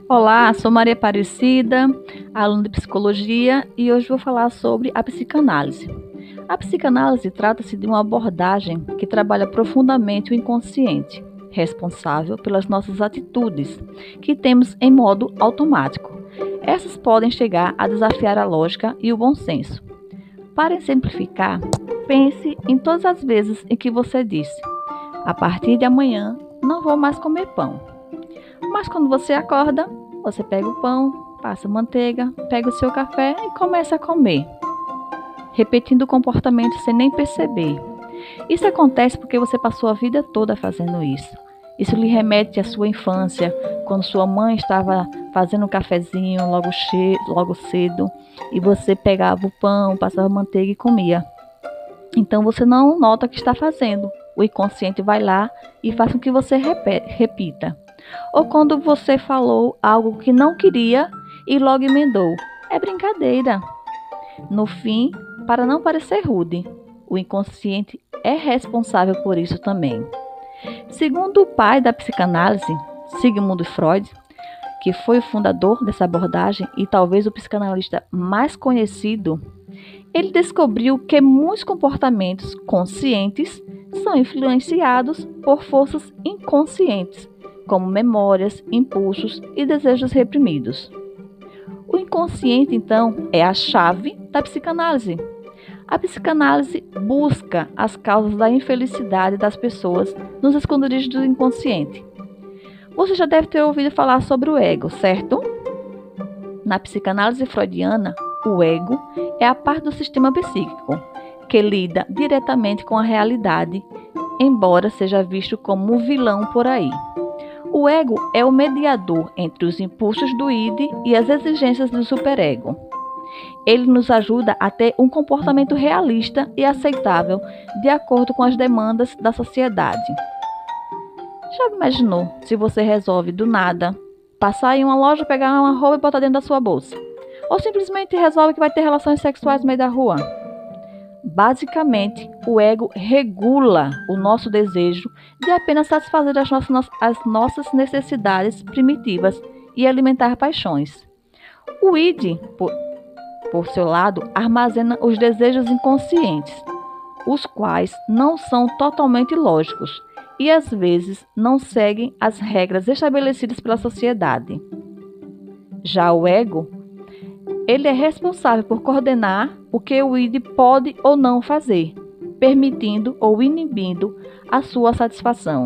Olá, sou Maria Aparecida, aluna de psicologia, e hoje vou falar sobre a psicanálise. A psicanálise trata-se de uma abordagem que trabalha profundamente o inconsciente, responsável pelas nossas atitudes, que temos em modo automático. Essas podem chegar a desafiar a lógica e o bom senso. Para exemplificar, pense em todas as vezes em que você disse: a partir de amanhã não vou mais comer pão. Mas quando você acorda, você pega o pão, passa manteiga, pega o seu café e começa a comer, repetindo o comportamento sem nem perceber. Isso acontece porque você passou a vida toda fazendo isso. Isso lhe remete à sua infância, quando sua mãe estava fazendo um cafezinho logo cedo, e você pegava o pão, passava manteiga e comia. Então você não nota que está fazendo. O inconsciente vai lá e faz com que você repita. Ou quando você falou algo que não queria e logo emendou: é brincadeira. No fim, para não parecer rude, o inconsciente é responsável por isso também. Segundo o pai da psicanálise, Sigmund Freud, que foi o fundador dessa abordagem e talvez o psicanalista mais conhecido, ele descobriu que muitos comportamentos conscientes são influenciados por forças inconscientes, como memórias, impulsos e desejos reprimidos. O inconsciente, então, é a chave da psicanálise. A psicanálise busca as causas da infelicidade das pessoas nos esconderijos do inconsciente. Você já deve ter ouvido falar sobre o ego, certo? Na psicanálise freudiana, o ego é a parte do sistema psíquico que lida diretamente com a realidade, embora seja visto como um vilão por aí. O ego é o mediador entre os impulsos do id e as exigências do superego. Ele nos ajuda a ter um comportamento realista e aceitável de acordo com as demandas da sociedade. Já imaginou se você resolve do nada passar em uma loja, pegar uma roupa e botar dentro da sua bolsa? Ou simplesmente resolve que vai ter relações sexuais no meio da rua? Basicamente, o ego regula o nosso desejo de apenas satisfazer as nossas necessidades primitivas e alimentar paixões. O id, por seu lado, armazena os desejos inconscientes, os quais não são totalmente lógicos e às vezes não seguem as regras estabelecidas pela sociedade. Já o ego, ele é responsável por coordenar o que o id pode ou não fazer, permitindo ou inibindo a sua satisfação.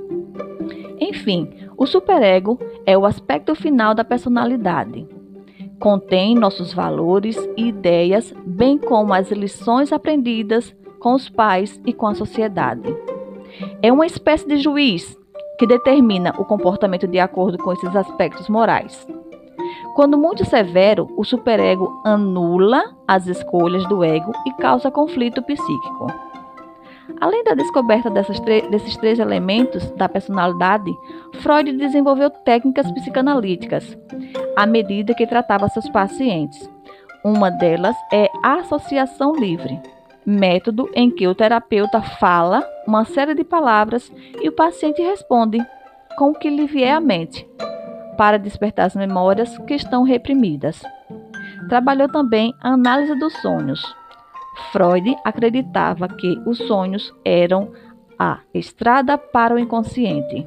Enfim, o superego é o aspecto final da personalidade. Contém nossos valores e ideias, bem como as lições aprendidas com os pais e com a sociedade. É uma espécie de juiz que determina o comportamento de acordo com esses aspectos morais. Quando muito severo, o superego anula as escolhas do ego e causa conflito psíquico. Além da descoberta desses três elementos da personalidade, Freud desenvolveu técnicas psicanalíticas à medida que tratava seus pacientes. Uma delas é a associação livre, método em que o terapeuta fala uma série de palavras e o paciente responde com o que lhe vier à mente, para despertar as memórias que estão reprimidas. Trabalhou também a análise dos sonhos. Freud acreditava que os sonhos eram a estrada para o inconsciente.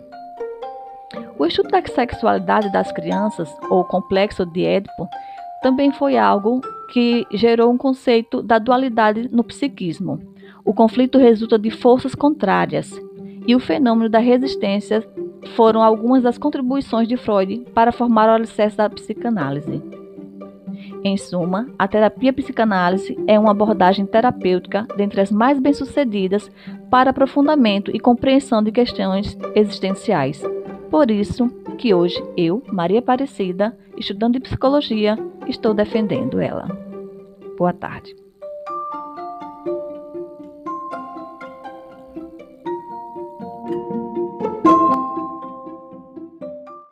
O estudo da sexualidade das crianças, ou complexo de Édipo, também foi algo que gerou um conceito da dualidade no psiquismo. O conflito resulta de forças contrárias, e o fenômeno da resistência foram algumas das contribuições de Freud para formar o alicerce da psicanálise. Em suma, a terapia psicanálise é uma abordagem terapêutica dentre as mais bem-sucedidas para aprofundamento e compreensão de questões existenciais. Por isso que hoje eu, Maria Aparecida, estudante de psicologia, estou defendendo ela. Boa tarde.